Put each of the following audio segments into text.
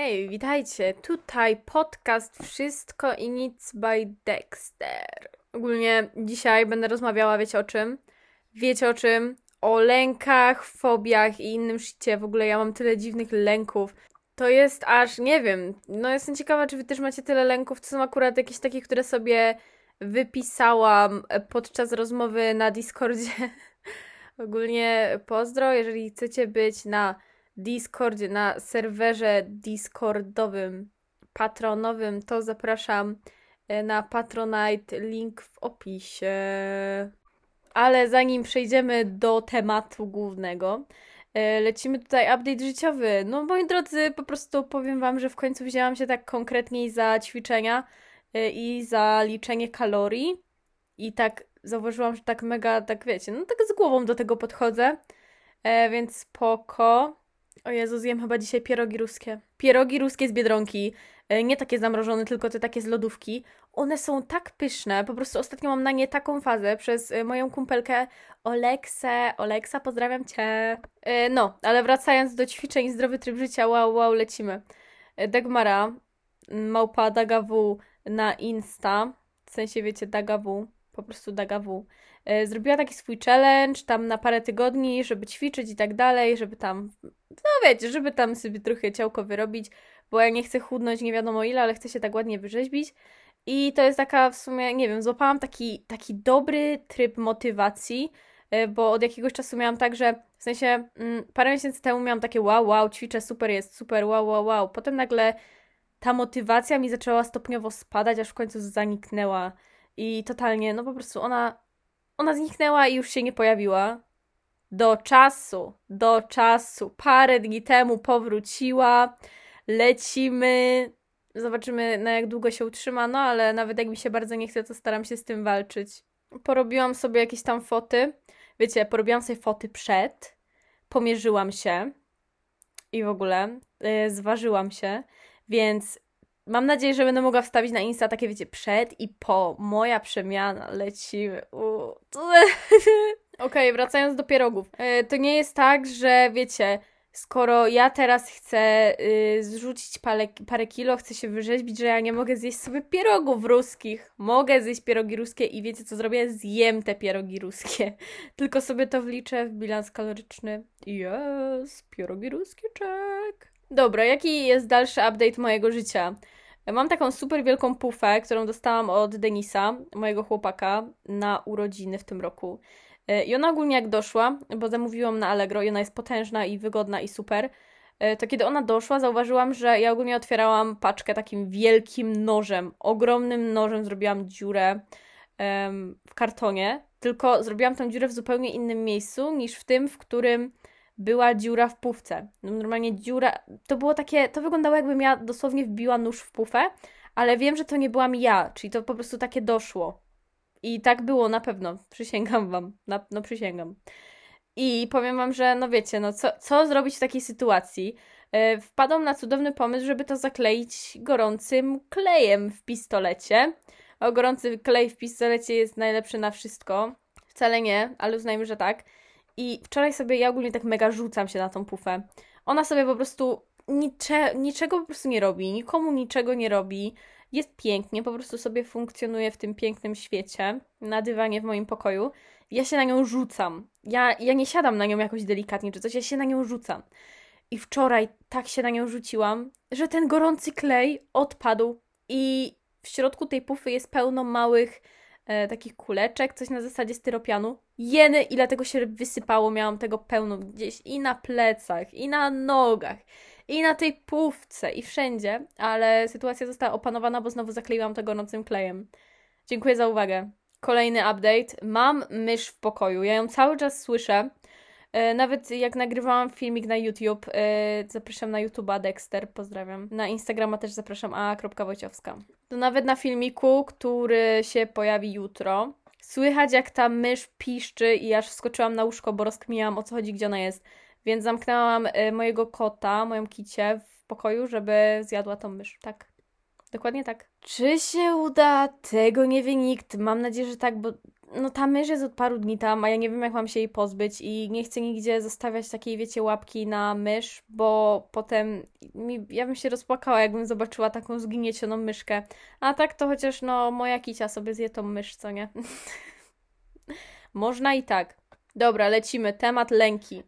Hej, witajcie. Tutaj podcast Wszystko i Nic by Dexter. Ogólnie dzisiaj będę rozmawiała, wiecie o czym? Wiecie o czym? O lękach, fobiach i innym shitcie. W ogóle ja mam tyle dziwnych lęków. To jest aż, nie wiem, no jestem ciekawa, czy wy też macie tyle lęków. To są akurat jakieś takie, które sobie wypisałam podczas rozmowy na Discordzie. Ogólnie pozdro, jeżeli chcecie być na Discordzie, na serwerze Discordowym, patronowym, to zapraszam na Patronite, link w opisie. Ale zanim przejdziemy do tematu głównego, lecimy tutaj update życiowy. No moi drodzy, po prostu powiem wam, że w końcu wzięłam się tak konkretniej za ćwiczenia i za liczenie kalorii i tak zauważyłam, że tak mega, tak wiecie, no tak z głową do tego podchodzę, więc spoko. O Jezu, zjem chyba dzisiaj pierogi ruskie. Pierogi ruskie z Biedronki. Nie takie zamrożone, tylko te takie z lodówki. One są tak pyszne. Po prostu ostatnio mam na nie taką fazę przez moją kumpelkę Oleksę. Oleksa, pozdrawiam cię. No, ale wracając do ćwiczeń i zdrowy tryb życia. Wow, lecimy. Dagmara, małpa Dagawu na Insta. W sensie, wiecie, Dagawu. Po prostu Dagawu. Zrobiła taki swój challenge tam na parę tygodni, żeby ćwiczyć i tak dalej, żeby tam, no wiecie, żeby tam sobie trochę ciałko wyrobić, bo ja nie chcę chudnąć nie wiadomo ile, ale chcę się tak ładnie wyrzeźbić. I to jest taka w sumie, nie wiem, złapałam taki dobry tryb motywacji, bo od jakiegoś czasu miałam tak, że w sensie parę miesięcy temu miałam takie wow, ćwiczę, super jest, super, wow. Potem nagle ta motywacja mi zaczęła stopniowo spadać, aż w końcu zaniknęła. I totalnie, no po prostu ona zniknęła i już się nie pojawiła. Do czasu. Parę dni temu powróciła. Lecimy. Zobaczymy, na jak długo się utrzyma. No, ale nawet jak mi się bardzo nie chce, to staram się z tym walczyć. Porobiłam sobie jakieś tam foty. Wiecie, porobiłam sobie foty przed. Pomierzyłam się. I w ogóle zważyłam się. Więc mam nadzieję, że będę mogła wstawić na Insta takie, wiecie, przed i po. Moja przemiana. Lecimy. Okej, wracając do pierogów. To nie jest tak, że wiecie, skoro ja teraz chcę zrzucić parę kilo, chcę się wyrzeźbić, że ja nie mogę zjeść sobie pierogów ruskich. Mogę zjeść pierogi ruskie i wiecie co zrobię? Zjem te pierogi ruskie. Tylko sobie to wliczę w bilans kaloryczny. Pierogi ruskie, check. Dobra, jaki jest dalszy update mojego życia? Mam taką super wielką pufę, którą dostałam od Denisa, mojego chłopaka, na urodziny w tym roku. I ona ogólnie jak doszła, bo zamówiłam na Allegro i ona jest potężna i wygodna i super, to kiedy ona doszła, zauważyłam, że ja ogólnie otwierałam paczkę takim wielkim nożem, ogromnym nożem zrobiłam dziurę w kartonie, tylko zrobiłam tę dziurę w zupełnie innym miejscu niż w tym, w którym była dziura w pufce. Normalnie dziura, to było takie, to wyglądało jakbym ja dosłownie wbiła nóż w pufę, ale wiem, że to nie byłam ja, czyli to po prostu takie doszło. I tak było na pewno, przysięgam wam, no przysięgam. I powiem wam, że no wiecie, no co zrobić w takiej sytuacji? Wpadłam na cudowny pomysł, żeby to zakleić gorącym klejem w pistolecie. O, gorący klej w pistolecie jest najlepszy na wszystko. Wcale nie, ale uznajmy, że tak. I wczoraj sobie ja ogólnie tak mega rzucam się na tą pufę. Ona sobie po prostu niczego po prostu nie robi, nikomu niczego nie robi. Jest pięknie, po prostu sobie funkcjonuje w tym pięknym świecie, na dywanie w moim pokoju. Ja się na nią rzucam. Ja nie siadam na nią jakoś delikatnie czy coś, ja się na nią rzucam. I wczoraj tak się na nią rzuciłam, że ten gorący klej odpadł i w środku tej pufy jest pełno małych takich kuleczek, coś na zasadzie styropianu. Jeny, ile tego się wysypało, miałam tego pełno gdzieś i na plecach, i na nogach, i na tej pufce, i wszędzie, ale sytuacja została opanowana, bo znowu zakleiłam to gorącym klejem. Dziękuję za uwagę. Kolejny update. Mam mysz w pokoju. Ja ją cały czas słyszę. Nawet jak nagrywałam filmik na YouTube, zapraszam na YouTube'a Dexter, pozdrawiam. Na Instagrama też zapraszam a.wojciowska. To nawet na filmiku, który się pojawi jutro, słychać jak ta mysz piszczy i aż wskoczyłam na łóżko, bo rozkminiałam o co chodzi, gdzie ona jest. Więc zamknęłam mojego kota, moją kicię w pokoju, żeby zjadła tą mysz. Tak. Dokładnie tak. Czy się uda? Tego nie wie nikt. Mam nadzieję, że tak, bo no ta mysz jest od paru dni tam, a ja nie wiem, jak mam się jej pozbyć i nie chcę nigdzie zostawiać takiej, wiecie, łapki na mysz, bo potem ja bym się rozpłakała, jakbym zobaczyła taką zgniecioną myszkę. A tak to chociaż, no, moja kicia sobie zje tą mysz, co nie? Można i tak. Dobra, lecimy. Temat lęki.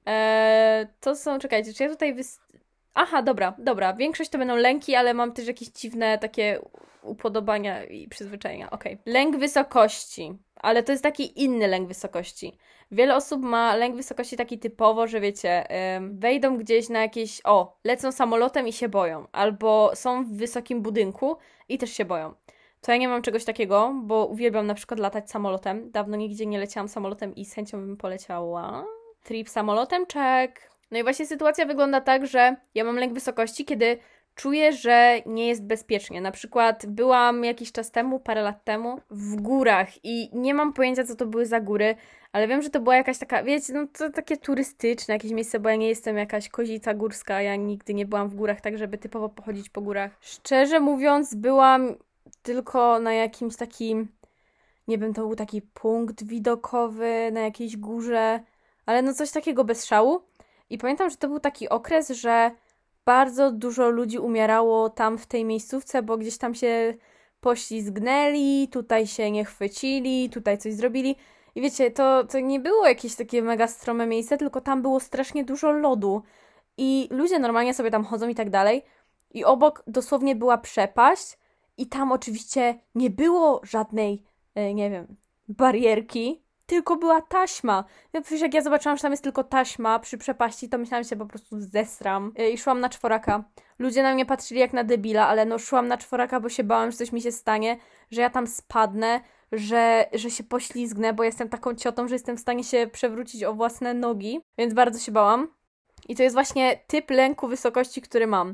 To są, czekajcie, czy ja tutaj Aha, dobra. Większość to będą lęki, ale mam też jakieś dziwne takie upodobania i przyzwyczajenia. Okej. Lęk wysokości. Ale to jest taki inny lęk wysokości. Wiele osób ma lęk wysokości taki typowo, że wiecie, wejdą gdzieś na jakieś, lecą samolotem i się boją. Albo są w wysokim budynku i też się boją. To ja nie mam czegoś takiego, bo uwielbiam na przykład latać samolotem. Dawno nigdzie nie leciałam samolotem i z chęcią bym poleciała. Trip samolotem, check. No i właśnie sytuacja wygląda tak, że ja mam lęk wysokości, kiedy czuję, że nie jest bezpiecznie. Na przykład byłam jakiś czas temu, parę lat temu, w górach i nie mam pojęcia, co to były za góry, ale wiem, że to była jakaś taka, wiecie, no to takie turystyczne jakieś miejsce, bo ja nie jestem jakaś kozica górska, ja nigdy nie byłam w górach, tak żeby typowo pochodzić po górach. Szczerze mówiąc, byłam tylko na jakimś takim, nie wiem, to był taki punkt widokowy na jakiejś górze, ale no coś takiego bez szału. I pamiętam, że to był taki okres, że bardzo dużo ludzi umierało tam w tej miejscówce, bo gdzieś tam się poślizgnęli, tutaj się nie chwycili, tutaj coś zrobili. I wiecie, to nie było jakieś takie mega strome miejsce, tylko tam było strasznie dużo lodu. I ludzie normalnie sobie tam chodzą i tak dalej. I obok dosłownie była przepaść i tam oczywiście nie było żadnej, nie wiem, barierki, tylko była taśma. Ja przecież jak ja zobaczyłam, że tam jest tylko taśma przy przepaści, to myślałam, że się po prostu zesram. I szłam na czworaka. Ludzie na mnie patrzyli jak na debila, ale no szłam na czworaka, bo się bałam, że coś mi się stanie, że ja tam spadnę, że się poślizgnę, bo jestem taką ciotą, że jestem w stanie się przewrócić o własne nogi, więc bardzo się bałam. I to jest właśnie typ lęku wysokości, który mam.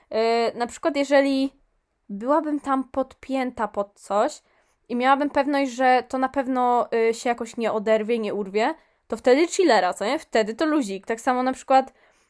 Na przykład jeżeli byłabym tam podpięta pod coś i miałabym pewność, że to na pewno się jakoś nie oderwie, nie urwie, to wtedy chillera, co nie? Wtedy to luzik. Tak samo na przykład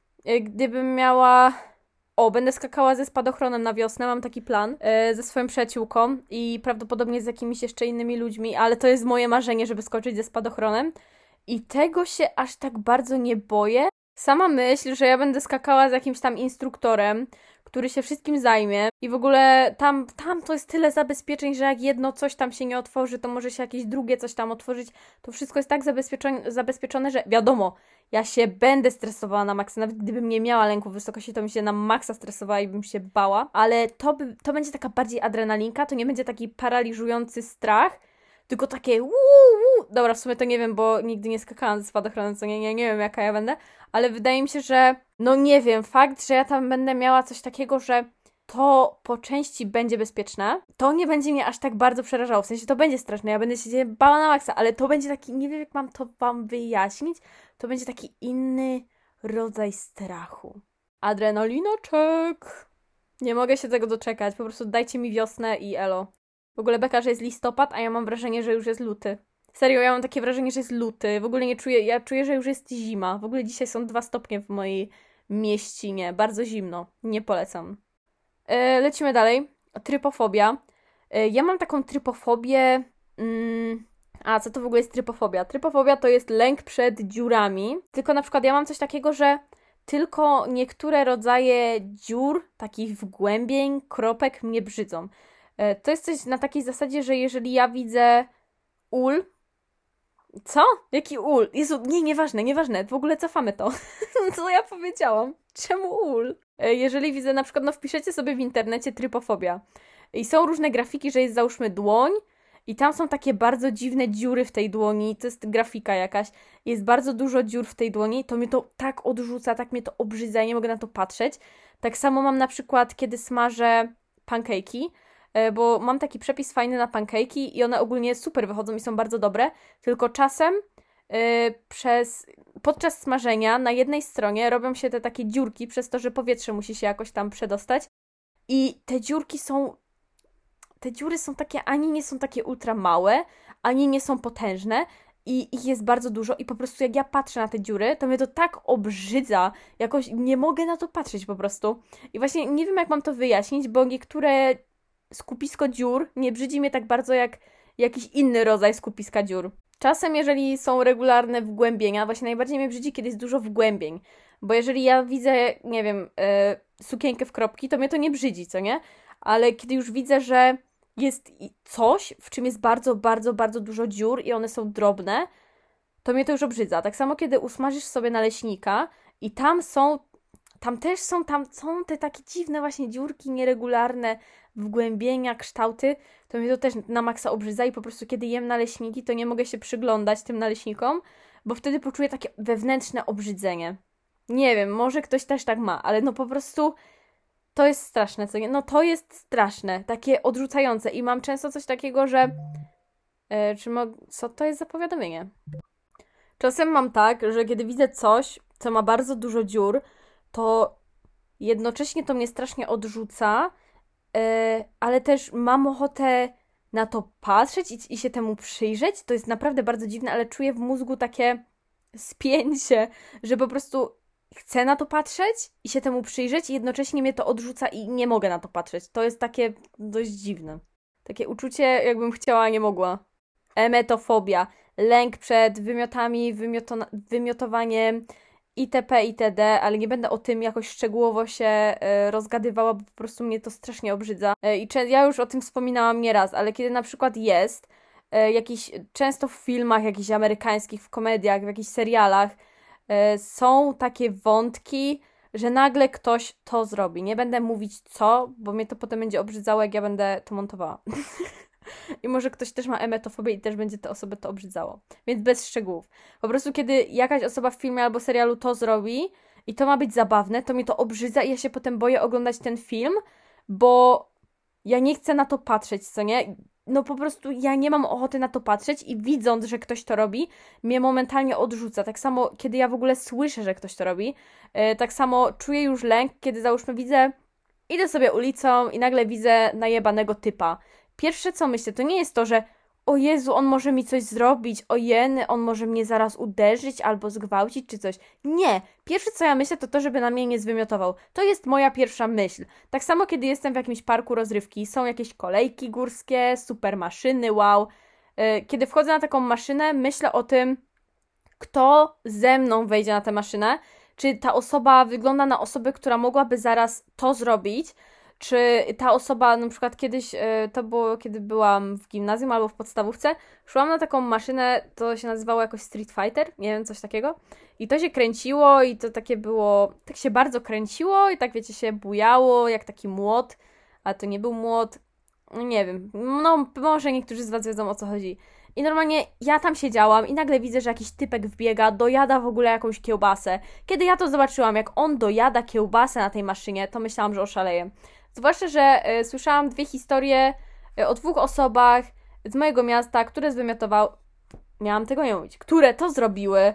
gdybym miała... będę skakała ze spadochronem na wiosnę, mam taki plan ze swoją przyjaciółką i prawdopodobnie z jakimiś jeszcze innymi ludźmi, ale to jest moje marzenie, żeby skoczyć ze spadochronem i tego się aż tak bardzo nie boję. Sama myśl, że ja będę skakała z jakimś tam instruktorem, który się wszystkim zajmie i w ogóle tam to jest tyle zabezpieczeń, że jak jedno coś tam się nie otworzy, to może się jakieś drugie coś tam otworzyć. To wszystko jest tak zabezpieczone, że wiadomo, ja się będę stresowała na maksa. Nawet gdybym nie miała lęku wysokości, to bym się na maksa stresowała i bym się bała. Ale to będzie taka bardziej adrenalinka, to nie będzie taki paraliżujący strach, tylko takie Dobra, w sumie to nie wiem, bo nigdy nie skakałam ze spadochronem, co nie wiem jaka ja będę, ale wydaje mi się, że no nie wiem, fakt, że ja tam będę miała coś takiego, że to po części będzie bezpieczne, to nie będzie mnie aż tak bardzo przerażało, w sensie to będzie straszne, ja będę się bała na maksa, ale to będzie taki, nie wiem jak mam to wam wyjaśnić, to będzie taki inny rodzaj strachu. Adrenalinoczek! Nie mogę się tego doczekać, po prostu dajcie mi wiosnę i elo. W ogóle beka, że jest listopad, a ja mam wrażenie, że już jest luty. Serio, ja mam takie wrażenie, że jest luty. W ogóle nie czuję, ja czuję, że już jest zima. W ogóle dzisiaj są 2 stopnie w mojej mieścinie. Bardzo zimno. Nie polecam. Lecimy dalej. Trypofobia. Ja mam taką trypofobię... co to w ogóle jest trypofobia? Trypofobia to jest lęk przed dziurami. Tylko na przykład ja mam coś takiego, że tylko niektóre rodzaje dziur, takich wgłębień, kropek mnie brzydzą. To jest coś na takiej zasadzie, że jeżeli ja widzę ul... Co? Jaki ul? Jezu, nieważne. W ogóle cofamy to. Co ja powiedziałam? Czemu ul? Jeżeli widzę na przykład, wpiszecie sobie w internecie trypofobia i są różne grafiki, że jest załóżmy dłoń i tam są takie bardzo dziwne dziury w tej dłoni, to jest grafika jakaś, jest bardzo dużo dziur w tej dłoni, to mnie to tak odrzuca, tak mnie to obrzydza, ja nie mogę na to patrzeć. Tak samo mam na przykład, kiedy smażę pancake'i, bo mam taki przepis fajny na pancake'i i one ogólnie super wychodzą i są bardzo dobre, tylko czasem podczas smażenia na jednej stronie robią się te takie dziurki przez to, że powietrze musi się jakoś tam przedostać i te dziury są takie, ani nie są takie ultra małe, ani nie są potężne i ich jest bardzo dużo i po prostu jak ja patrzę na te dziury, to mnie to tak obrzydza, jakoś nie mogę na to patrzeć po prostu i właśnie nie wiem jak mam to wyjaśnić, bo niektóre skupisko dziur nie brzydzi mnie tak bardzo jak jakiś inny rodzaj skupiska dziur. Czasem, jeżeli są regularne wgłębienia, właśnie najbardziej mnie brzydzi, kiedy jest dużo wgłębień. Bo jeżeli ja widzę, nie wiem, sukienkę w kropki, to mnie to nie brzydzi, co nie? Ale kiedy już widzę, że jest coś, w czym jest bardzo, bardzo, bardzo dużo dziur i one są drobne, to mnie to już obrzydza. Tak samo, kiedy usmażysz sobie naleśnika i tam są te takie dziwne właśnie dziurki nieregularne, wgłębienia, kształty, to mnie to też na maksa obrzydza i po prostu kiedy jem naleśniki, to nie mogę się przyglądać tym naleśnikom, bo wtedy poczuję takie wewnętrzne obrzydzenie. Nie wiem, może ktoś też tak ma, ale no po prostu to jest straszne, co nie? No to jest straszne, takie odrzucające i mam często coś takiego, że co to jest za powiadomienie? Czasem mam tak, że kiedy widzę coś, co ma bardzo dużo dziur, to jednocześnie to mnie strasznie odrzuca, ale też mam ochotę na to patrzeć i się temu przyjrzeć. To jest naprawdę bardzo dziwne, ale czuję w mózgu takie spięcie, że po prostu chcę na to patrzeć i się temu przyjrzeć i jednocześnie mnie to odrzuca i nie mogę na to patrzeć. To jest takie dość dziwne. Takie uczucie, jakbym chciała, a nie mogła. Emetofobia. Lęk przed wymiotami, wymiotowaniem itp. itd., ale nie będę o tym jakoś szczegółowo się rozgadywała, bo po prostu mnie to strasznie obrzydza. Ja już o tym wspominałam nieraz, ale kiedy na przykład jest jakiś, często w filmach jakichś amerykańskich, w komediach, w jakichś serialach są takie wątki, że nagle ktoś to zrobi. Nie będę mówić co, bo mnie to potem będzie obrzydzało, jak ja będę to montowała. I może ktoś też ma emetofobię i też będzie tę osobę to obrzydzało. Więc bez szczegółów. Po prostu kiedy jakaś osoba w filmie albo serialu to zrobi i to ma być zabawne, to mnie to obrzydza i ja się potem boję oglądać ten film, bo ja nie chcę na to patrzeć, co nie? No po prostu ja nie mam ochoty na to patrzeć i widząc, że ktoś to robi, mnie momentalnie odrzuca. Tak samo, kiedy ja w ogóle słyszę, że ktoś to robi, tak samo czuję już lęk, kiedy załóżmy idę sobie ulicą i nagle widzę najebanego typa. Pierwsze co myślę, to nie jest to, że o Jezu, on może mi coś zrobić, o jeny, on może mnie zaraz uderzyć albo zgwałcić czy coś. Nie. Pierwsze co ja myślę, to żeby na mnie nie zwymiotował. To jest moja pierwsza myśl. Tak samo kiedy jestem w jakimś parku rozrywki, są jakieś kolejki górskie, super maszyny, wow. Kiedy wchodzę na taką maszynę, myślę o tym, kto ze mną wejdzie na tę maszynę, czy ta osoba wygląda na osobę, która mogłaby zaraz to zrobić, czy ta osoba, na przykład kiedyś, to było kiedy byłam w gimnazjum albo w podstawówce, szłam na taką maszynę, to się nazywało jakoś Street Fighter, nie wiem, coś takiego. I to się kręciło i to takie było, tak się bardzo kręciło i tak wiecie, się bujało jak taki młot, a to nie był młot, no nie wiem, no może niektórzy z was wiedzą o co chodzi. I normalnie ja tam siedziałam i nagle widzę, że jakiś typek wbiega, dojada w ogóle jakąś kiełbasę. Kiedy ja to zobaczyłam, jak on dojada kiełbasę na tej maszynie, to myślałam, że oszaleję. Zwłaszcza, że słyszałam 2 historie o 2 osobach z mojego miasta, które zwymiotowały, miałam tego nie mówić, które to zrobiły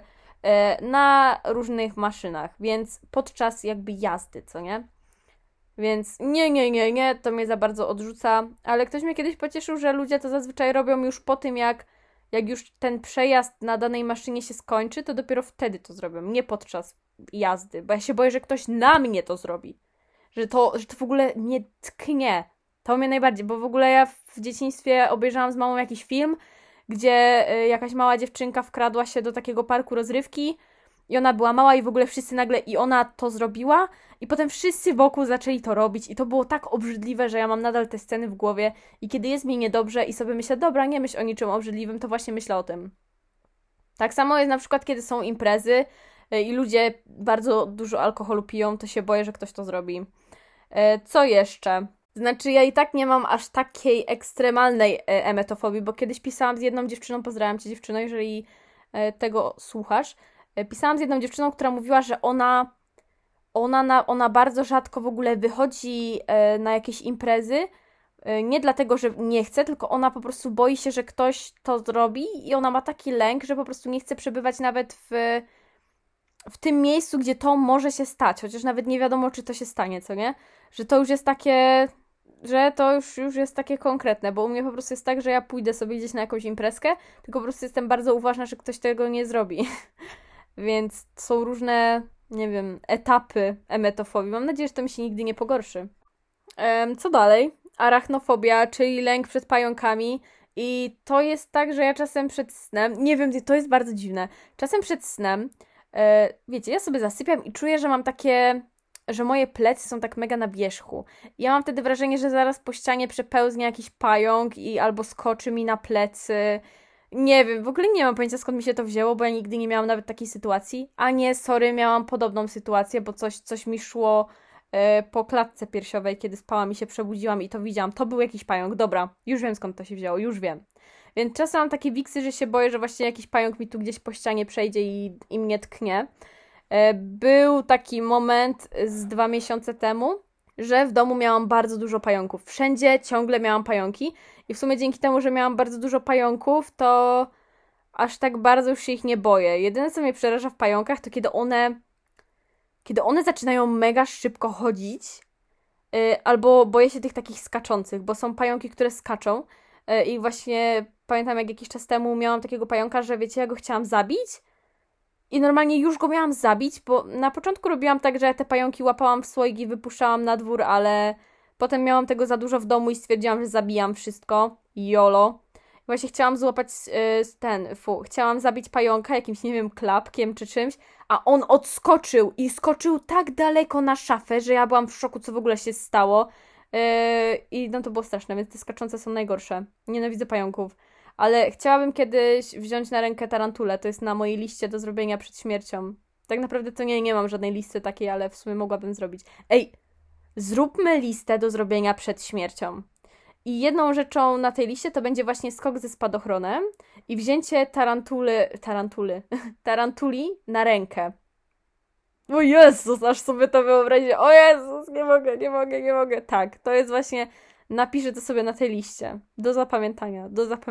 na różnych maszynach, więc podczas jakby jazdy, co nie? Więc nie, to mnie za bardzo odrzuca, ale ktoś mnie kiedyś pocieszył, że ludzie to zazwyczaj robią już po tym, jak już ten przejazd na danej maszynie się skończy, to dopiero wtedy to zrobią, nie podczas jazdy, bo ja się boję, że ktoś na mnie to zrobi. Że to w ogóle mnie tknie. To mnie najbardziej, bo w ogóle ja w dzieciństwie obejrzałam z mamą jakiś film, gdzie jakaś mała dziewczynka wkradła się do takiego parku rozrywki i ona była mała i w ogóle wszyscy nagle i ona to zrobiła i potem wszyscy wokół zaczęli to robić i to było tak obrzydliwe, że ja mam nadal te sceny w głowie i kiedy jest mi niedobrze i sobie myślę, dobra, nie myśl o niczym obrzydliwym, to właśnie myślę o tym. Tak samo jest na przykład, kiedy są imprezy i ludzie bardzo dużo alkoholu piją, to się boję, że ktoś to zrobi. Co jeszcze? Znaczy, ja i tak nie mam aż takiej ekstremalnej emetofobii, bo kiedyś pisałam z jedną dziewczyną, pozdrawiam cię dziewczyno, jeżeli tego słuchasz, pisałam z jedną dziewczyną, która mówiła, że ona bardzo rzadko w ogóle wychodzi na jakieś imprezy, nie dlatego, że nie chce, tylko ona po prostu boi się, że ktoś to zrobi i ona ma taki lęk, że po prostu nie chce przebywać nawet w tym miejscu, gdzie to może się stać, chociaż nawet nie wiadomo, czy to się stanie, co nie? Że to już jest takie, że to już jest takie konkretne, bo u mnie po prostu jest tak, że ja pójdę sobie gdzieś na jakąś imprezkę, tylko po prostu jestem bardzo uważna, że ktoś tego nie zrobi. Więc są różne, nie wiem, etapy emetofobii. Mam nadzieję, że to mi się nigdy nie pogorszy. Co dalej? Arachnofobia, czyli lęk przed pająkami. I to jest tak, że ja czasem przed snem, nie wiem, to jest bardzo dziwne, czasem przed snem, wiecie, ja sobie zasypiam i czuję, że mam takie, że moje plecy są tak mega na wierzchu. I ja mam wtedy wrażenie, że zaraz po ścianie przepełznie jakiś pająk i albo skoczy mi na plecy. Nie wiem, w ogóle nie mam pojęcia, skąd mi się to wzięło, bo ja nigdy nie miałam nawet takiej sytuacji. A nie, sorry, miałam podobną sytuację, bo coś mi szło po klatce piersiowej, kiedy spałam i się przebudziłam i to widziałam. To był jakiś pająk. Dobra, już wiem, skąd to się wzięło, już wiem. Więc czasem mam takie wiksy, że się boję, że właśnie jakiś pająk mi tu gdzieś po ścianie przejdzie i mnie tknie. Był taki moment z 2 miesiące temu, że w domu miałam bardzo dużo pająków. Wszędzie ciągle miałam pająki i w sumie dzięki temu, że miałam bardzo dużo pająków, to aż tak bardzo już się ich nie boję. Jedyne, co mnie przeraża w pająkach, to kiedy one zaczynają mega szybko chodzić, albo boję się tych takich skaczących, bo są pająki, które skaczą i właśnie pamiętam, jak jakiś czas temu miałam takiego pająka, że wiecie, ja go chciałam zabić i normalnie już go miałam zabić, bo na początku robiłam tak, że te pająki łapałam w słoik i wypuszczałam na dwór, ale potem miałam tego za dużo w domu i stwierdziłam, że zabijam wszystko. YOLO. Właśnie chciałam złapać chciałam zabić pająka jakimś, nie wiem, klapkiem czy czymś, a on odskoczył i skoczył tak daleko na szafę, że ja byłam w szoku, co w ogóle się stało. I no to było straszne, więc te skaczące są najgorsze. Nienawidzę pająków. Ale chciałabym kiedyś wziąć na rękę tarantulę. To jest na mojej liście do zrobienia przed śmiercią. Tak naprawdę to nie mam żadnej listy takiej, ale w sumie mogłabym zrobić. Ej, zróbmy listę do zrobienia przed śmiercią. I jedną rzeczą na tej liście to będzie właśnie skok ze spadochronem i wzięcie tarantuli na rękę. O Jezus, aż sobie to wyobrazić. O Jezus, nie mogę. Tak, to jest właśnie, napiszę to sobie na tej liście. Do zapamiętania.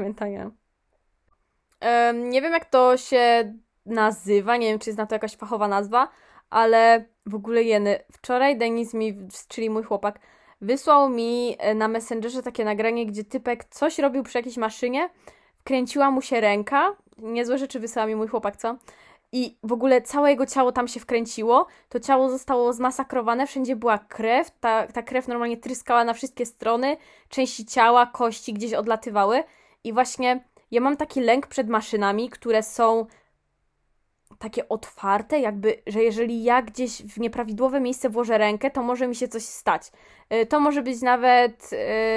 Nie wiem, jak to się nazywa, nie wiem, czy jest na to jakaś fachowa nazwa, ale w ogóle wczoraj Denis czyli mój chłopak, wysłał mi na Messengerze takie nagranie, gdzie typek coś robił przy jakiejś maszynie, wkręciła mu się ręka, niezłe rzeczy wysłał mi mój chłopak, co? I w ogóle całe jego ciało tam się wkręciło, to ciało zostało zmasakrowane, wszędzie była krew, ta krew normalnie tryskała na wszystkie strony, części ciała, kości gdzieś odlatywały i właśnie ja mam taki lęk przed maszynami, które są takie otwarte, jakby, że jeżeli ja gdzieś w nieprawidłowe miejsce włożę rękę, to może mi się coś stać. To może być nawet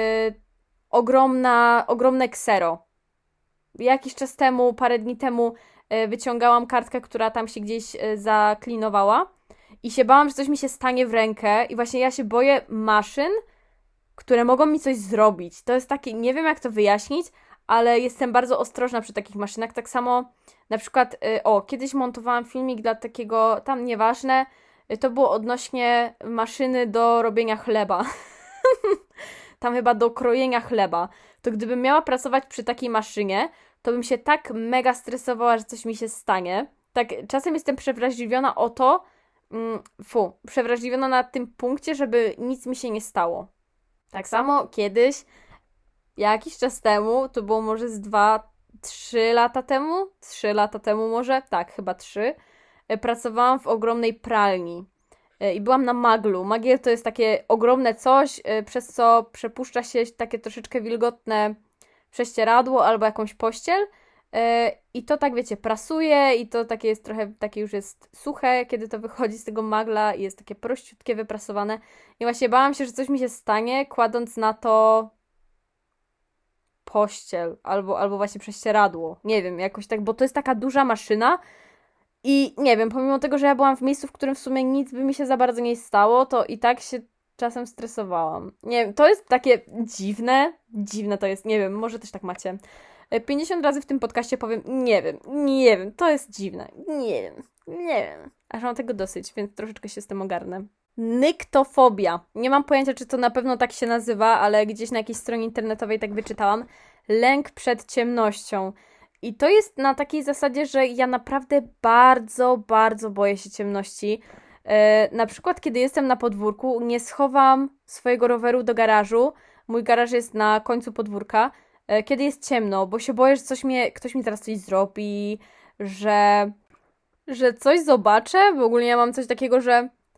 ogromne ksero. Jakiś czas temu, parę dni temu wyciągałam kartkę, która tam się gdzieś zaklinowała i się bałam, że coś mi się stanie w rękę i właśnie ja się boję maszyn, które mogą mi coś zrobić. To jest takie, nie wiem jak to wyjaśnić, ale jestem bardzo ostrożna przy takich maszynach. Tak samo na przykład, kiedyś montowałam filmik dla takiego, tam nieważne, to było odnośnie maszyny do robienia chleba. Tam chyba do krojenia chleba. To gdybym miała pracować przy takiej maszynie, to bym się tak mega stresowała, że coś mi się stanie. Tak, czasem jestem przewrażliwiona o to, przewrażliwiona na tym punkcie, żeby nic mi się nie stało. Tak samo kiedyś, jakiś czas temu, to było może z 3 lata temu? 3 lata temu może? Tak, chyba 3. Pracowałam w ogromnej pralni. I byłam na maglu. Magiel to jest takie ogromne coś, przez co przepuszcza się takie troszeczkę wilgotne prześcieradło albo jakąś pościel. I to tak, wiecie, prasuje i to takie jest trochę, takie już jest suche, kiedy to wychodzi z tego magla i jest takie prościutkie, wyprasowane. I właśnie bałam się, że coś mi się stanie, kładąc na to pościel albo właśnie prześcieradło. Nie wiem, jakoś tak, bo to jest taka duża maszyna i nie wiem, pomimo tego, że ja byłam w miejscu, w którym w sumie nic by mi się za bardzo nie stało, to i tak się czasem stresowałam. Nie wiem, to jest takie dziwne to jest, nie wiem, może też tak macie. 50 razy w tym podcaście powiem, nie wiem, to jest dziwne, nie wiem. Aż mam tego dosyć, więc troszeczkę się z tym ogarnę. Nyktofobia. Nie mam pojęcia, czy to na pewno tak się nazywa, ale gdzieś na jakiejś stronie internetowej tak wyczytałam. Lęk przed ciemnością. I to jest na takiej zasadzie, że ja naprawdę bardzo, bardzo boję się ciemności. Na przykład, kiedy jestem na podwórku, nie schowam swojego roweru do garażu. Mój garaż jest na końcu podwórka. Kiedy jest ciemno, bo się boję, że ktoś mi zaraz coś zrobi, że coś zobaczę. W ogóle ja mam coś takiego, że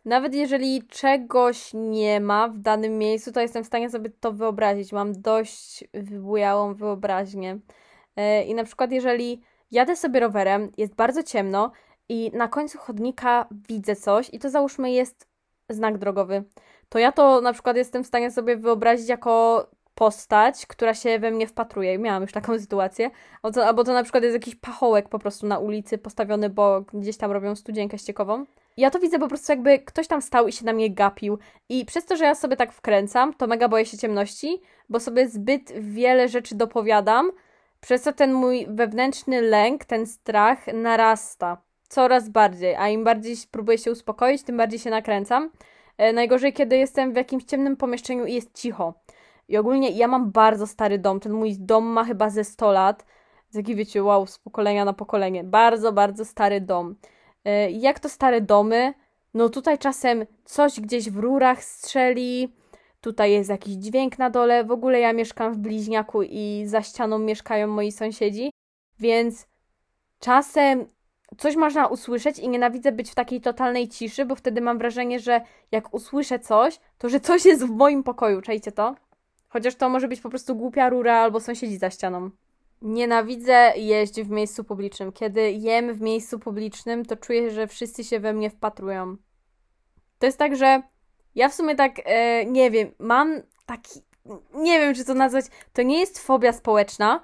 Nawet jeżeli czegoś nie ma w danym miejscu, to jestem w stanie sobie to wyobrazić. Mam dość wybujałą wyobraźnię. I na przykład jeżeli jadę sobie rowerem, jest bardzo ciemno i na końcu chodnika widzę coś i to załóżmy jest znak drogowy, to ja to na przykład jestem w stanie sobie wyobrazić jako postać, która się we mnie wpatruje. Miałam już taką sytuację. Albo to na przykład jest jakiś pachołek po prostu na ulicy postawiony, bo gdzieś tam robią studzienkę ściekową. Ja to widzę po prostu jakby ktoś tam stał i się na mnie gapił. I przez to, że ja sobie tak wkręcam, to mega boję się ciemności, bo sobie zbyt wiele rzeczy dopowiadam, przez co ten mój wewnętrzny lęk, ten strach narasta coraz bardziej, a im bardziej próbuję się uspokoić, tym bardziej się nakręcam. Najgorzej, kiedy jestem w jakimś ciemnym pomieszczeniu i jest cicho. I ogólnie ja mam bardzo stary dom. Ten mój dom ma chyba ze 100 lat. Taki wiecie, wow, z pokolenia na pokolenie. Bardzo, bardzo stary dom. Jak to stare domy? No tutaj czasem coś gdzieś w rurach strzeli. Tutaj jest jakiś dźwięk na dole. W ogóle ja mieszkam w bliźniaku i za ścianą mieszkają moi sąsiedzi. Więc czasem coś można usłyszeć i nienawidzę być w takiej totalnej ciszy, bo wtedy mam wrażenie, że jak usłyszę coś, to że coś jest w moim pokoju. Czajcie to? Chociaż to może być po prostu głupia rura albo sąsiedzi za ścianą. Nienawidzę jeść w miejscu publicznym. Kiedy jem w miejscu publicznym, to czuję, że wszyscy się we mnie wpatrują. To jest tak, że ja w sumie tak, nie wiem, mam taki, nie wiem, czy to nazwać, to nie jest fobia społeczna,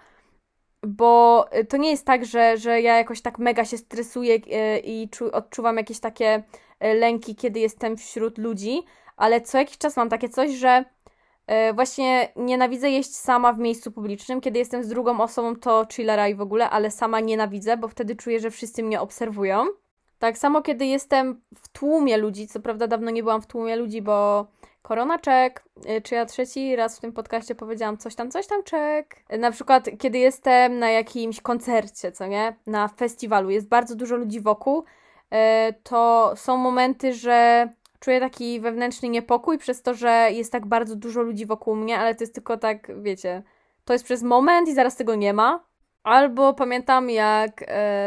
bo to nie jest tak, że ja jakoś tak mega się stresuję i odczuwam jakieś takie lęki, kiedy jestem wśród ludzi, ale co jakiś czas mam takie coś, że właśnie nienawidzę jeść sama w miejscu publicznym. Kiedy jestem z drugą osobą, to chillera i w ogóle, ale sama nienawidzę, bo wtedy czuję, że wszyscy mnie obserwują. Tak samo kiedy jestem w tłumie ludzi, co prawda dawno nie byłam w tłumie ludzi, bo korona czek, czy ja trzeci raz w tym podcaście powiedziałam coś tam czek. Na przykład kiedy jestem na jakimś koncercie, co nie? Na festiwalu, jest bardzo dużo ludzi wokół, to są momenty, że czuję taki wewnętrzny niepokój przez to, że jest tak bardzo dużo ludzi wokół mnie, ale to jest tylko tak, wiecie, to jest przez moment i zaraz tego nie ma. Albo pamiętam jak,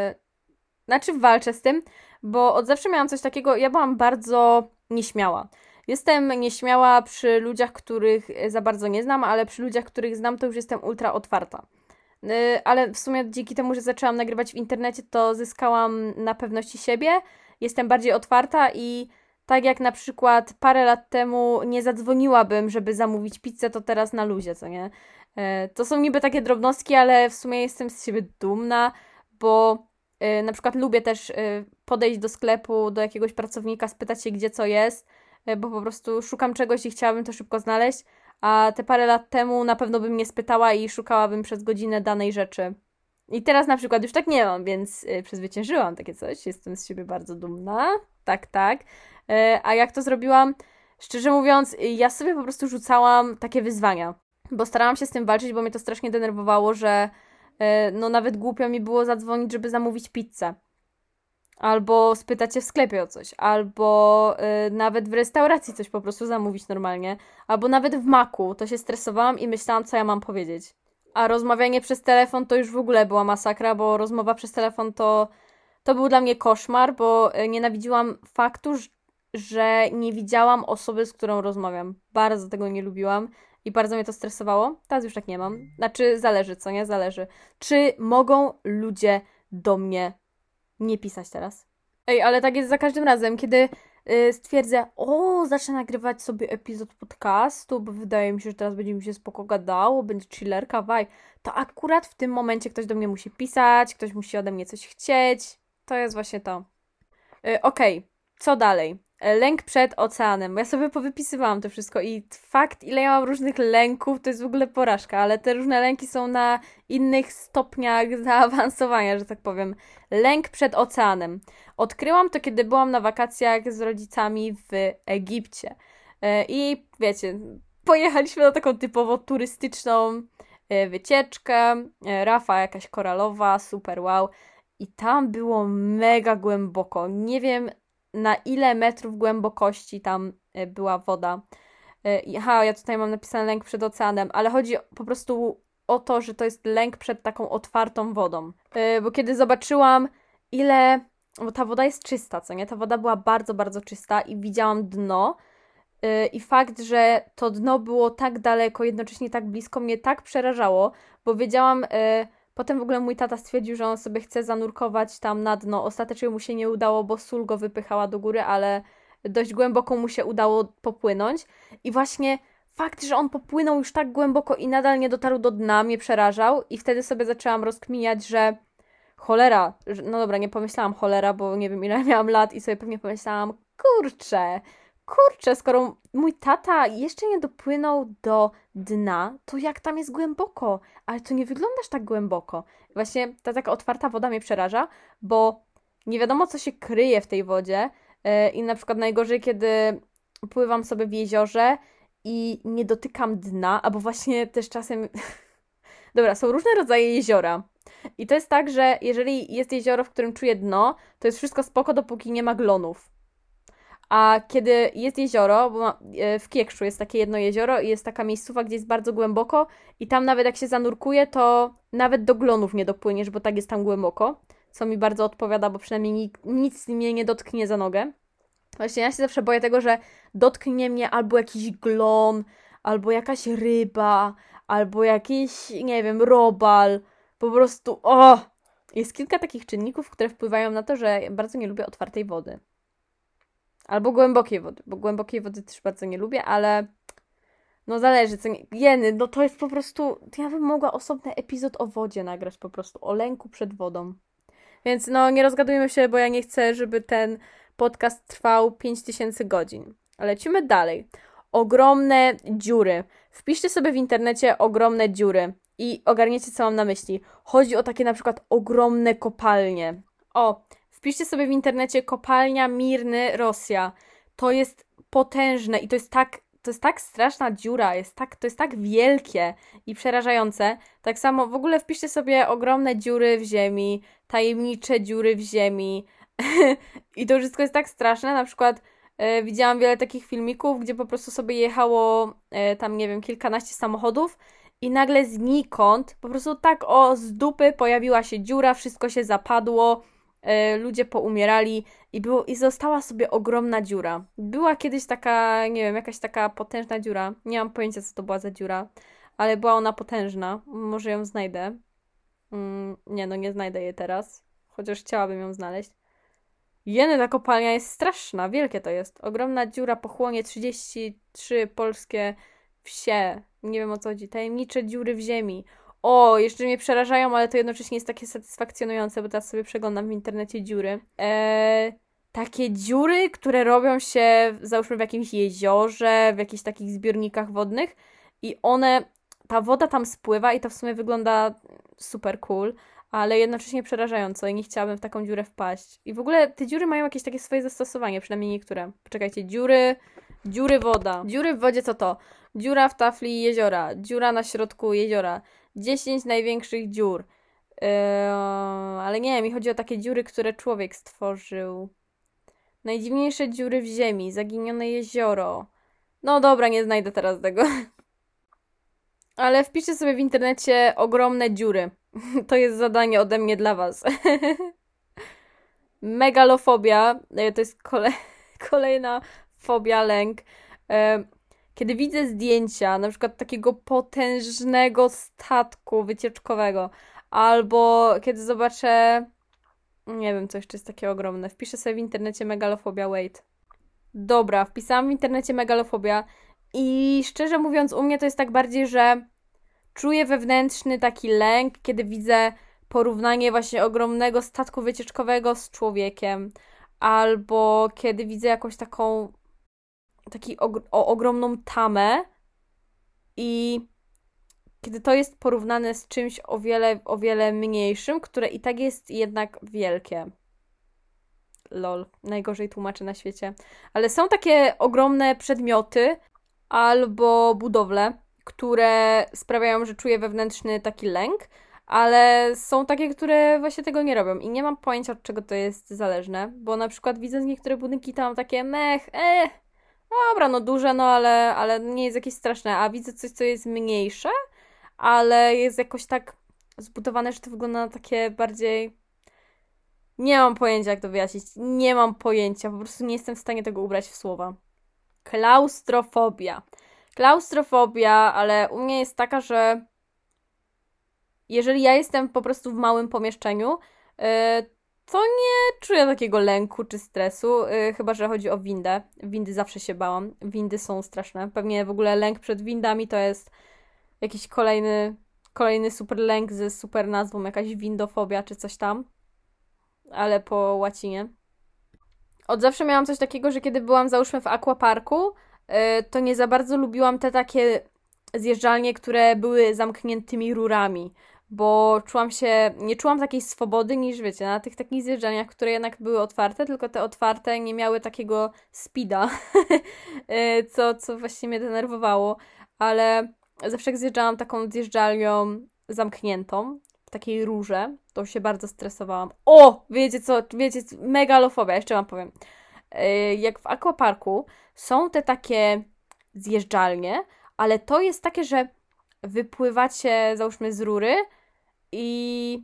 walczę z tym, bo od zawsze miałam coś takiego, ja byłam bardzo nieśmiała. Jestem nieśmiała przy ludziach, których za bardzo nie znam, ale przy ludziach, których znam, to już jestem ultra otwarta. Ale w sumie dzięki temu, że zaczęłam nagrywać w internecie, to zyskałam na pewności siebie, jestem bardziej otwarta i tak jak na przykład parę lat temu nie zadzwoniłabym, żeby zamówić pizzę, to teraz na luzie, co nie? To są niby takie drobnostki, ale w sumie jestem z siebie dumna, bo na przykład lubię też podejść do sklepu, do jakiegoś pracownika, spytać się, gdzie co jest, bo po prostu szukam czegoś i chciałabym to szybko znaleźć, a te parę lat temu na pewno bym nie spytała i szukałabym przez godzinę danej rzeczy. I teraz na przykład już tak nie mam, więc przezwyciężyłam takie coś, jestem z siebie bardzo dumna, tak. A jak to zrobiłam? Szczerze mówiąc, ja sobie po prostu rzucałam takie wyzwania, bo starałam się z tym walczyć, bo mnie to strasznie denerwowało, że no nawet głupio mi było zadzwonić, żeby zamówić pizzę. Albo spytać się w sklepie o coś, albo nawet w restauracji coś po prostu zamówić normalnie, albo nawet w Macu, to się stresowałam i myślałam, co ja mam powiedzieć. A rozmawianie przez telefon to już w ogóle była masakra, bo rozmowa przez telefon to był dla mnie koszmar, bo nienawidziłam faktu, że nie widziałam osoby, z którą rozmawiam. Bardzo tego nie lubiłam i bardzo mnie to stresowało. Teraz już tak nie mam. Znaczy, zależy, co nie? Zależy. Czy mogą ludzie do mnie nie pisać teraz? Ej, ale tak jest za każdym razem, kiedy stwierdzę, zacznę nagrywać sobie epizod podcastu, bo wydaje mi się, że teraz będzie mi się spoko gadało, będzie chillerka, to akurat w tym momencie ktoś do mnie musi pisać, ktoś musi ode mnie coś chcieć. To jest właśnie to. Okej, co dalej? Lęk przed oceanem. Ja sobie powypisywałam to wszystko i fakt, ile ja mam różnych lęków, to jest w ogóle porażka, ale te różne lęki są na innych stopniach zaawansowania, że tak powiem. Lęk przed oceanem. Odkryłam to, kiedy byłam na wakacjach z rodzicami w Egipcie. I wiecie, pojechaliśmy na taką typowo turystyczną wycieczkę. Rafa jakaś koralowa, super wow. I tam było mega głęboko. Nie wiem, na ile metrów głębokości tam była woda. Ja tutaj mam napisane lęk przed oceanem, ale chodzi po prostu o to, że to jest lęk przed taką otwartą wodą. Bo kiedy zobaczyłam, ile bo ta woda jest czysta, co nie? Ta woda była bardzo, bardzo czysta i widziałam dno. I fakt, że to dno było tak daleko, jednocześnie tak blisko, mnie tak przerażało, bo wiedziałam, potem w ogóle mój tata stwierdził, że on sobie chce zanurkować tam na dno. Ostatecznie mu się nie udało, bo sól go wypychała do góry, ale dość głęboko mu się udało popłynąć. I właśnie fakt, że on popłynął już tak głęboko i nadal nie dotarł do dna, mnie przerażał i wtedy sobie zaczęłam rozkminiać, że cholera, no dobra, nie pomyślałam cholera, bo nie wiem ile miałam lat i sobie pewnie pomyślałam, kurczę, skoro mój tata jeszcze nie dopłynął do dna, to jak tam jest głęboko? Ale to nie wyglądasz tak głęboko. Właśnie ta taka otwarta woda mnie przeraża, bo nie wiadomo, co się kryje w tej wodzie. I na przykład najgorzej, kiedy pływam sobie w jeziorze i nie dotykam dna, albo właśnie też czasem... Dobra, są różne rodzaje jeziora. I to jest tak, że jeżeli jest jezioro, w którym czuję dno, to jest wszystko spoko, dopóki nie ma glonów. A kiedy jest jezioro, bo w Kiekszu jest takie jedno jezioro i jest taka miejscowa, gdzie jest bardzo głęboko i tam nawet jak się zanurkuje, to nawet do glonów nie dopłyniesz, bo tak jest tam głęboko, co mi bardzo odpowiada, bo przynajmniej nic mnie nie dotknie za nogę. Właśnie ja się zawsze boję tego, że dotknie mnie albo jakiś glon, albo jakaś ryba, albo jakiś, nie wiem, robal. Po prostu, Jest kilka takich czynników, które wpływają na to, że bardzo nie lubię otwartej wody. Albo głębokiej wody, bo głębokiej wody też bardzo nie lubię, ale no zależy, co nie... Jeny, no to jest po prostu... Ja bym mogła osobny epizod o wodzie nagrać po prostu, o lęku przed wodą. Więc no nie rozgadujmy się, bo ja nie chcę, żeby ten podcast trwał 5000 godzin. Lecimy dalej. Ogromne dziury. Wpiszcie sobie w internecie ogromne dziury i ogarniecie, co mam na myśli. Chodzi o takie na przykład ogromne kopalnie. Wpiszcie sobie w internecie kopalnia Mirny, Rosja. To jest potężne i to jest tak straszna dziura, to jest tak wielkie i przerażające. Tak samo w ogóle wpiszcie sobie ogromne dziury w ziemi, tajemnicze dziury w ziemi. I to wszystko jest tak straszne. Na przykład widziałam wiele takich filmików, gdzie po prostu sobie jechało tam, nie wiem, kilkanaście samochodów i nagle znikąd, po prostu tak z dupy pojawiła się dziura, wszystko się zapadło, ludzie poumierali i została sobie ogromna dziura. Była kiedyś taka, nie wiem, jakaś taka potężna dziura. Nie mam pojęcia, co to była za dziura, ale była ona potężna. Może ją znajdę. Nie znajdę jej teraz. Chociaż chciałabym ją znaleźć. Jeny, ta kopalnia jest straszna, wielkie to jest. Ogromna dziura pochłonie 33 polskie wsie. Nie wiem, o co chodzi. Tajemnicze dziury w ziemi. Jeszcze mnie przerażają, ale to jednocześnie jest takie satysfakcjonujące, bo teraz sobie przeglądam w internecie dziury. Takie dziury, które robią się, załóżmy, w jakimś jeziorze, w jakichś takich zbiornikach wodnych i ta woda tam spływa i to w sumie wygląda super cool, ale jednocześnie przerażająco i nie chciałabym w taką dziurę wpaść. I w ogóle te dziury mają jakieś takie swoje zastosowanie, przynajmniej niektóre. Poczekajcie, dziury woda. Dziury w wodzie co to? Dziura w tafli jeziora, dziura na środku jeziora, 10 największych dziur. Ale nie, mi chodzi o takie dziury, które człowiek stworzył. Najdziwniejsze dziury w ziemi, zaginione jezioro. No dobra, nie znajdę teraz tego. Ale wpiszcie sobie w internecie ogromne dziury. To jest zadanie ode mnie dla was. Megalofobia, to jest kolejna fobia, lęk. Kiedy widzę zdjęcia, na przykład takiego potężnego statku wycieczkowego, albo kiedy zobaczę, nie wiem, co jeszcze jest takie ogromne, wpiszę sobie w internecie megalofobia, wait. Dobra, wpisałam w internecie megalofobia i szczerze mówiąc u mnie to jest tak bardziej, że czuję wewnętrzny taki lęk, kiedy widzę porównanie właśnie ogromnego statku wycieczkowego z człowiekiem, albo kiedy widzę jakąś ogromną tamę i kiedy to jest porównane z czymś o wiele mniejszym, które i tak jest jednak wielkie. Lol, najgorzej tłumaczę na świecie. Ale są takie ogromne przedmioty albo budowle, które sprawiają, że czuję wewnętrzny taki lęk, ale są takie, które właśnie tego nie robią i nie mam pojęcia, od czego to jest zależne, bo na przykład widzę niektóre budynki tam takie dobra, no duże, no ale nie jest jakieś straszne, a widzę coś, co jest mniejsze, ale jest jakoś tak zbudowane, że to wygląda na takie bardziej Nie mam pojęcia, jak to wyjaśnić. Nie mam pojęcia, po prostu nie jestem w stanie tego ubrać w słowa. Klaustrofobia. Klaustrofobia, ale u mnie jest taka, że jeżeli ja jestem po prostu w małym pomieszczeniu, to nie czuję takiego lęku czy stresu, chyba że chodzi o windę. Windy zawsze się bałam. Windy są straszne. Pewnie w ogóle lęk przed windami to jest jakiś kolejny super lęk ze super nazwą, jakaś windofobia czy coś tam, ale po łacinie. Od zawsze miałam coś takiego, że kiedy byłam załóżmy w aquaparku, to nie za bardzo lubiłam te takie zjeżdżalnie, które były zamkniętymi rurami, bo nie czułam takiej swobody niż wiecie, na tych takich zjeżdżalniach, które jednak były otwarte, tylko te otwarte nie miały takiego speeda, co właśnie mnie denerwowało, ale zawsze jak zjeżdżałam taką zjeżdżalnią zamkniętą, w takiej rurze, to się bardzo stresowałam. O! Wiecie co? Wiecie, megalofobia, jeszcze wam powiem. Jak w aquaparku są te takie zjeżdżalnie, ale to jest takie, że wypływacie, załóżmy, z rury i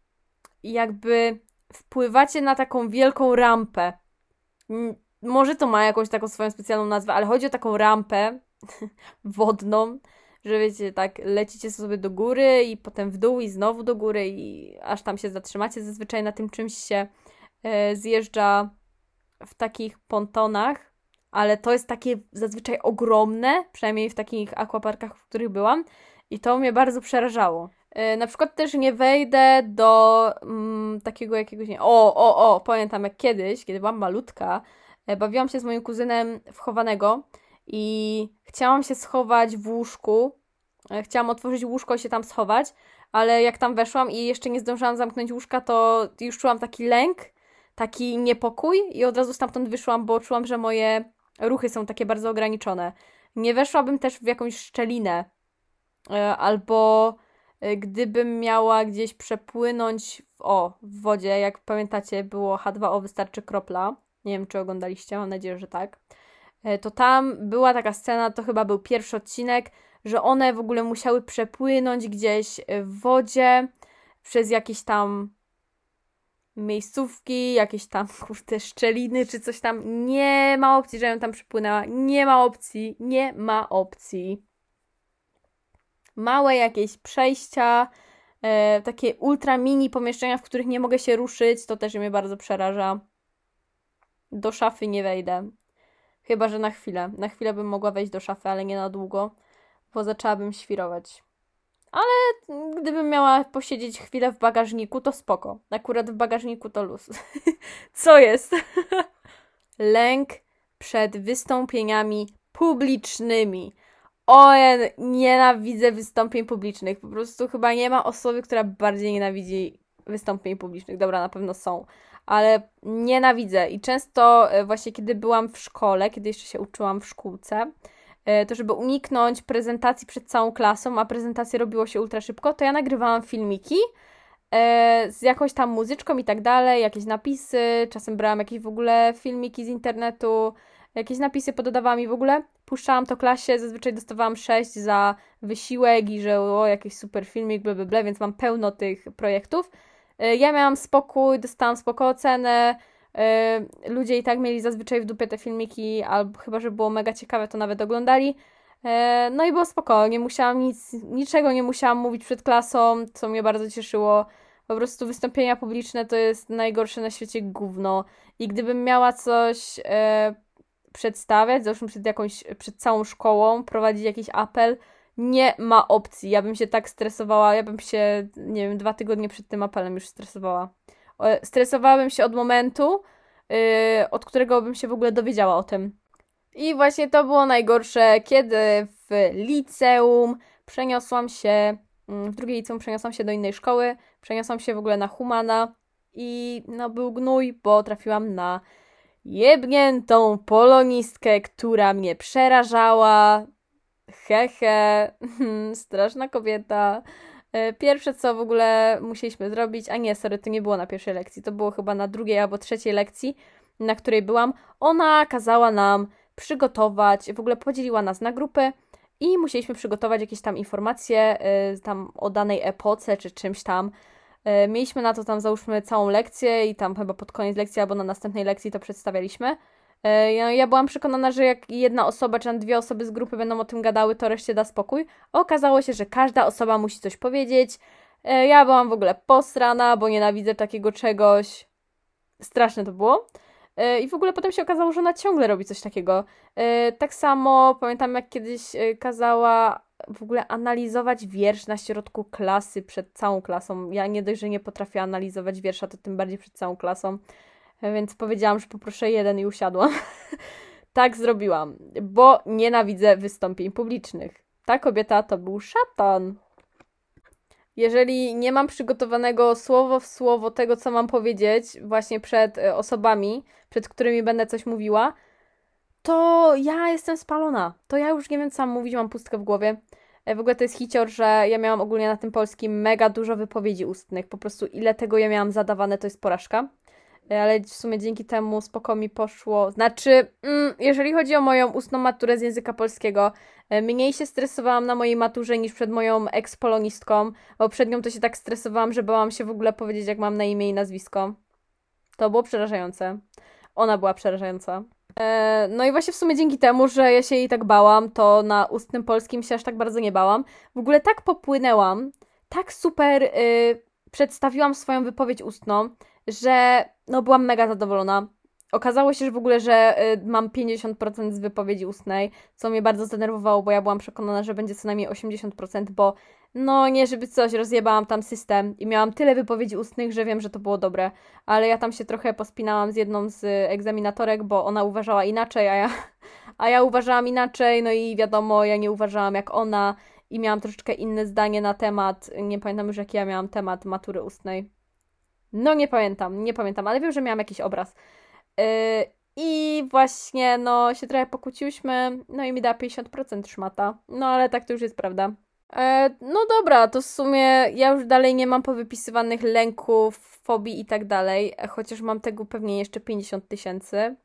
jakby wpływacie na taką wielką rampę. Może to ma jakąś taką swoją specjalną nazwę, ale chodzi o taką rampę wodną, że wiecie, tak lecicie sobie do góry i potem w dół i znowu do góry i aż tam się zatrzymacie. Zazwyczaj na tym czymś się zjeżdża w takich pontonach, ale to jest takie zazwyczaj ogromne, przynajmniej w takich aquaparkach, w których byłam i to mnie bardzo przerażało. Na przykład też nie wejdę do takiego jakiegoś... Pamiętam jak kiedyś, kiedy byłam malutka, bawiłam się z moim kuzynem w chowanego i chciałam się schować w łóżku. Chciałam otworzyć łóżko i się tam schować, ale jak tam weszłam i jeszcze nie zdążyłam zamknąć łóżka, to już czułam taki lęk, taki niepokój i od razu stamtąd wyszłam, bo czułam, że moje ruchy są takie bardzo ograniczone. Nie weszłabym też w jakąś szczelinę, albo gdybym miała gdzieś przepłynąć w wodzie, jak pamiętacie, było H2O, wystarczy kropla. Nie wiem, czy oglądaliście, mam nadzieję, że tak. To tam była taka scena, to chyba był pierwszy odcinek, że one w ogóle musiały przepłynąć gdzieś w wodzie przez jakieś tam miejscówki, jakieś tam szczeliny czy coś tam. Nie ma opcji, żebym tam przepłynęła. Nie ma opcji. Nie ma opcji. Małe jakieś przejścia, takie ultra mini pomieszczenia, w których nie mogę się ruszyć, to też mnie bardzo przeraża. Do szafy nie wejdę. Chyba że na chwilę. Na chwilę bym mogła wejść do szafy, ale nie na długo, bo zaczęłabym świrować. Ale gdybym miała posiedzieć chwilę w bagażniku, to spoko. Akurat w bagażniku to luz. Co jest? Lęk przed wystąpieniami publicznymi. Ja nienawidzę wystąpień publicznych. Po prostu chyba nie ma osoby, która bardziej nienawidzi wystąpień publicznych. Dobra, na pewno są. Ale nienawidzę. I często właśnie kiedy byłam w szkole, kiedy jeszcze się uczyłam w szkółce, to żeby uniknąć prezentacji przed całą klasą, a prezentację robiło się ultra szybko, to ja nagrywałam filmiki z jakąś tam muzyczką i tak dalej, jakieś napisy, czasem brałam jakieś w ogóle filmiki z internetu, jakieś napisy podawałam i w ogóle puszczałam to klasie, zazwyczaj dostawałam 6 za wysiłek i że jakiś super filmik, blablabla, więc mam pełno tych projektów. Ja miałam spokój, dostałam spoko ocenę, ludzie i tak mieli zazwyczaj w dupie te filmiki, albo chyba, że było mega ciekawe, to nawet oglądali. No i było spoko, nie musiałam niczego nie musiałam mówić przed klasą, co mnie bardzo cieszyło. Po prostu wystąpienia publiczne to jest najgorsze na świecie gówno. I gdybym miała coś przedstawiać, załóżmy przed całą szkołą, prowadzić jakiś apel, nie ma opcji. Ja bym się tak stresowała, ja bym się, nie wiem, 2 tygodnie przed tym apelem już stresowała. Stresowałabym się od momentu, od którego bym się w ogóle dowiedziała o tym. I właśnie to było najgorsze, kiedy w liceum w drugiej liceum przeniosłam się do innej szkoły, przeniosłam się w ogóle na Humana i no był gnój, bo trafiłam na jebniętą polonistkę, która mnie przerażała. Straszna kobieta. Pierwsze co w ogóle musieliśmy zrobić, a nie, sorry, to nie było na pierwszej lekcji, to było chyba na drugiej albo trzeciej lekcji, na której byłam. Ona kazała nam przygotować, w ogóle podzieliła nas na grupy i musieliśmy przygotować jakieś tam informacje tam o danej epoce czy czymś tam. Mieliśmy na to tam załóżmy całą lekcję i tam chyba pod koniec lekcji albo na następnej lekcji to przedstawialiśmy. Ja byłam przekonana, że jak jedna osoba czy tam dwie osoby z grupy będą o tym gadały, to reszcie da spokój. Okazało się, że każda osoba musi coś powiedzieć. Ja byłam w ogóle posrana, bo nienawidzę takiego czegoś. Straszne to było. I w ogóle potem się okazało, że ona ciągle robi coś takiego. Tak samo pamiętam, jak kiedyś kazała w ogóle analizować wiersz na środku klasy przed całą klasą. Ja nie dość, że nie potrafię analizować wiersza, to tym bardziej przed całą klasą. Więc powiedziałam, że poproszę jeden i usiadłam. Tak zrobiłam, bo nienawidzę wystąpień publicznych. Ta kobieta to był szatan. Jeżeli nie mam przygotowanego słowo w słowo tego, co mam powiedzieć właśnie przed osobami, przed którymi będę coś mówiła, to ja jestem spalona. To ja już nie wiem, co mam mówić, mam pustkę w głowie. W ogóle to jest hicior, że ja miałam ogólnie na tym polskim mega dużo wypowiedzi ustnych. Po prostu ile tego ja miałam zadawane, to jest porażka. Ale w sumie dzięki temu spoko mi poszło. Znaczy, jeżeli chodzi o moją ustną maturę z języka polskiego, mniej się stresowałam na mojej maturze niż przed moją ex-polonistką, bo przed nią to się tak stresowałam, że bałam się w ogóle powiedzieć, jak mam na imię i nazwisko. To było przerażające. Ona była przerażająca. No i właśnie w sumie dzięki temu, że ja się jej tak bałam, to na ustnym polskim się aż tak bardzo nie bałam. W ogóle tak popłynęłam, tak super przedstawiłam swoją wypowiedź ustną, że no byłam mega zadowolona. Okazało się, że w ogóle, że mam 50% z wypowiedzi ustnej, co mnie bardzo zdenerwowało, bo ja byłam przekonana, że będzie co najmniej 80%, bo no nie, żeby coś, rozjebałam tam system i miałam tyle wypowiedzi ustnych, że wiem, że to było dobre, ale ja tam się trochę pospinałam z jedną z egzaminatorek, bo ona uważała inaczej, a ja uważałam inaczej, no i wiadomo, ja nie uważałam jak ona i miałam troszeczkę inne zdanie na temat, nie pamiętam już jaki ja miałam temat matury ustnej. No nie pamiętam, ale wiem, że miałam jakiś obraz. I właśnie, no, się trochę pokłóciłyśmy, no i mi dała 50% szmata. No, ale tak to już jest prawda. No dobra, to w sumie ja już dalej nie mam powypisywanych lęków, fobii i tak dalej, chociaż mam tego pewnie jeszcze 50 000.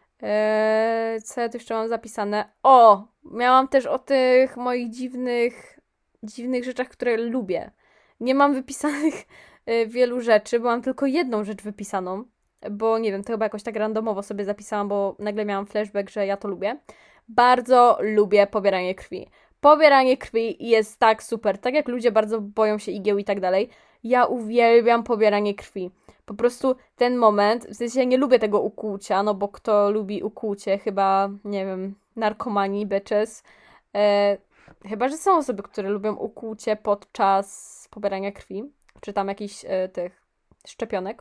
Co ja tu jeszcze mam zapisane? O! Miałam też o tych moich dziwnych rzeczach, które lubię. Nie mam wypisanych wielu rzeczy, bo mam tylko jedną rzecz wypisaną, bo nie wiem, to chyba jakoś tak randomowo sobie zapisałam, bo nagle miałam flashback, że ja to lubię. Bardzo lubię pobieranie krwi. Pobieranie krwi jest tak super, tak jak ludzie bardzo boją się igieł i tak dalej. Ja uwielbiam pobieranie krwi. Po prostu ten moment, w sensie ja nie lubię tego ukłucia, no bo kto lubi ukłucie, chyba, nie wiem, narkomani, bitches. Chyba, że są osoby, które lubią ukłucie podczas pobierania krwi, czy tam jakichś tych szczepionek.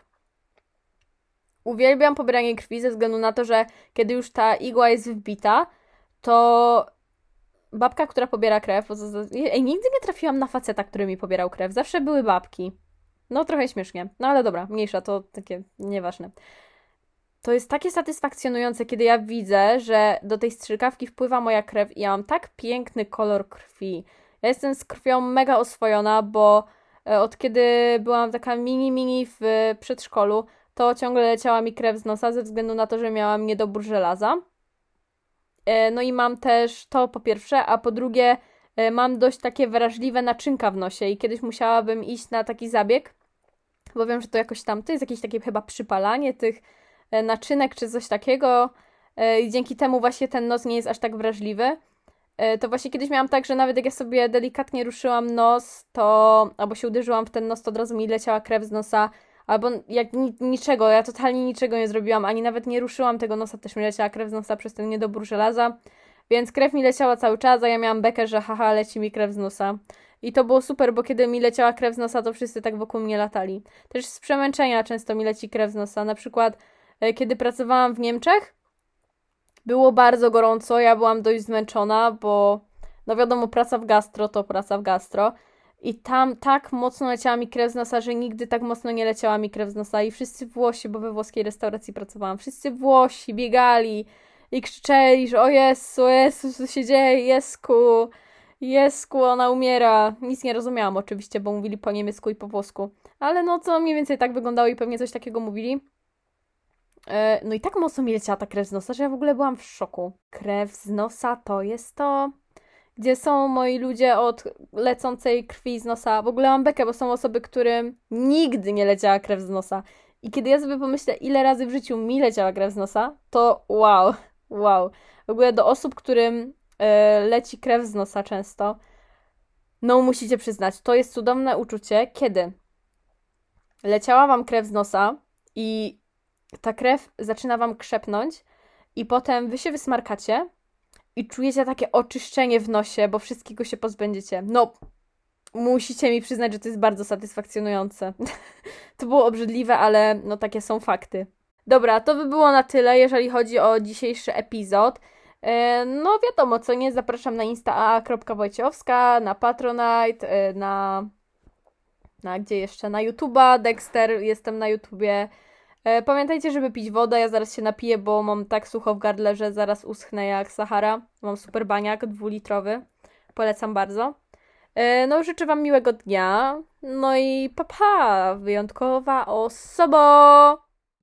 Uwielbiam pobieranie krwi ze względu na to, że kiedy już ta igła jest wbita, to babka, która pobiera krew, nigdy nie trafiłam na faceta, który mi pobierał krew, zawsze były babki. No trochę śmiesznie, no ale dobra, mniejsza, to takie nieważne. To jest takie satysfakcjonujące, kiedy ja widzę, że do tej strzykawki wpływa moja krew i ja mam tak piękny kolor krwi. Ja jestem z krwią mega oswojona, bo od kiedy byłam taka mini w przedszkolu, to ciągle leciała mi krew z nosa ze względu na to, że miałam niedobór żelaza. No i mam też to po pierwsze, a po drugie mam dość takie wrażliwe naczynka w nosie i kiedyś musiałabym iść na taki zabieg, bo wiem, że to jakoś tam, to jest jakieś takie chyba przypalanie tych naczynek czy coś takiego i dzięki temu właśnie ten nos nie jest aż tak wrażliwy. To właśnie kiedyś miałam tak, że nawet jak ja sobie delikatnie ruszyłam nos, to albo się uderzyłam w ten nos, to od razu mi leciała krew z nosa, albo jak niczego, ja totalnie niczego nie zrobiłam, ani nawet nie ruszyłam tego nosa, też mi leciała krew z nosa przez ten niedobór żelaza, więc krew mi leciała cały czas, a ja miałam bekę, że haha, leci mi krew z nosa. I to było super, bo kiedy mi leciała krew z nosa, to wszyscy tak wokół mnie latali. Też z przemęczenia często mi leci krew z nosa, na przykład kiedy pracowałam w Niemczech, było bardzo gorąco, ja byłam dość zmęczona, bo no wiadomo, praca w gastro to praca w gastro. I tam tak mocno leciała mi krew z nosa, że nigdy tak mocno nie leciała mi krew z nosa. I wszyscy Włosi, bo we włoskiej restauracji pracowałam, wszyscy Włosi biegali i krzyczeli, że o Jezu, co się dzieje, Jesku, ona umiera. Nic nie rozumiałam oczywiście, bo mówili po niemiecku i po włosku. Ale no to mniej więcej tak wyglądało i pewnie coś takiego mówili. No i tak mocno mi leciała ta krew z nosa, że ja w ogóle byłam w szoku. Krew z nosa to jest to... Gdzie są moi ludzie od lecącej krwi z nosa? W ogóle mam bekę, bo są osoby, którym nigdy nie leciała krew z nosa. I kiedy ja sobie pomyślę, ile razy w życiu mi leciała krew z nosa, to wow, wow. W ogóle do osób, którym leci krew z nosa często, no musicie przyznać, to jest cudowne uczucie, kiedy leciała wam krew z nosa i ta krew zaczyna wam krzepnąć i potem wy się wysmarkacie i czujecie takie oczyszczenie w nosie, bo wszystkiego się pozbędziecie. No, musicie mi przyznać, że to jest bardzo satysfakcjonujące. To było obrzydliwe, ale no takie są fakty. Dobra, to by było na tyle, jeżeli chodzi o dzisiejszy epizod. No wiadomo, co nie, zapraszam na insta.a.wojciechowska, na Patronite, na gdzie jeszcze? Na YouTube'a, Dexter, jestem na YouTubie. Pamiętajcie, żeby pić wodę, ja zaraz się napiję, bo mam tak sucho w gardle, że zaraz uschnę jak Sahara. Mam super baniak, 2-litrowy. Polecam bardzo. No, życzę wam miłego dnia. No i papa, wyjątkowa osobo!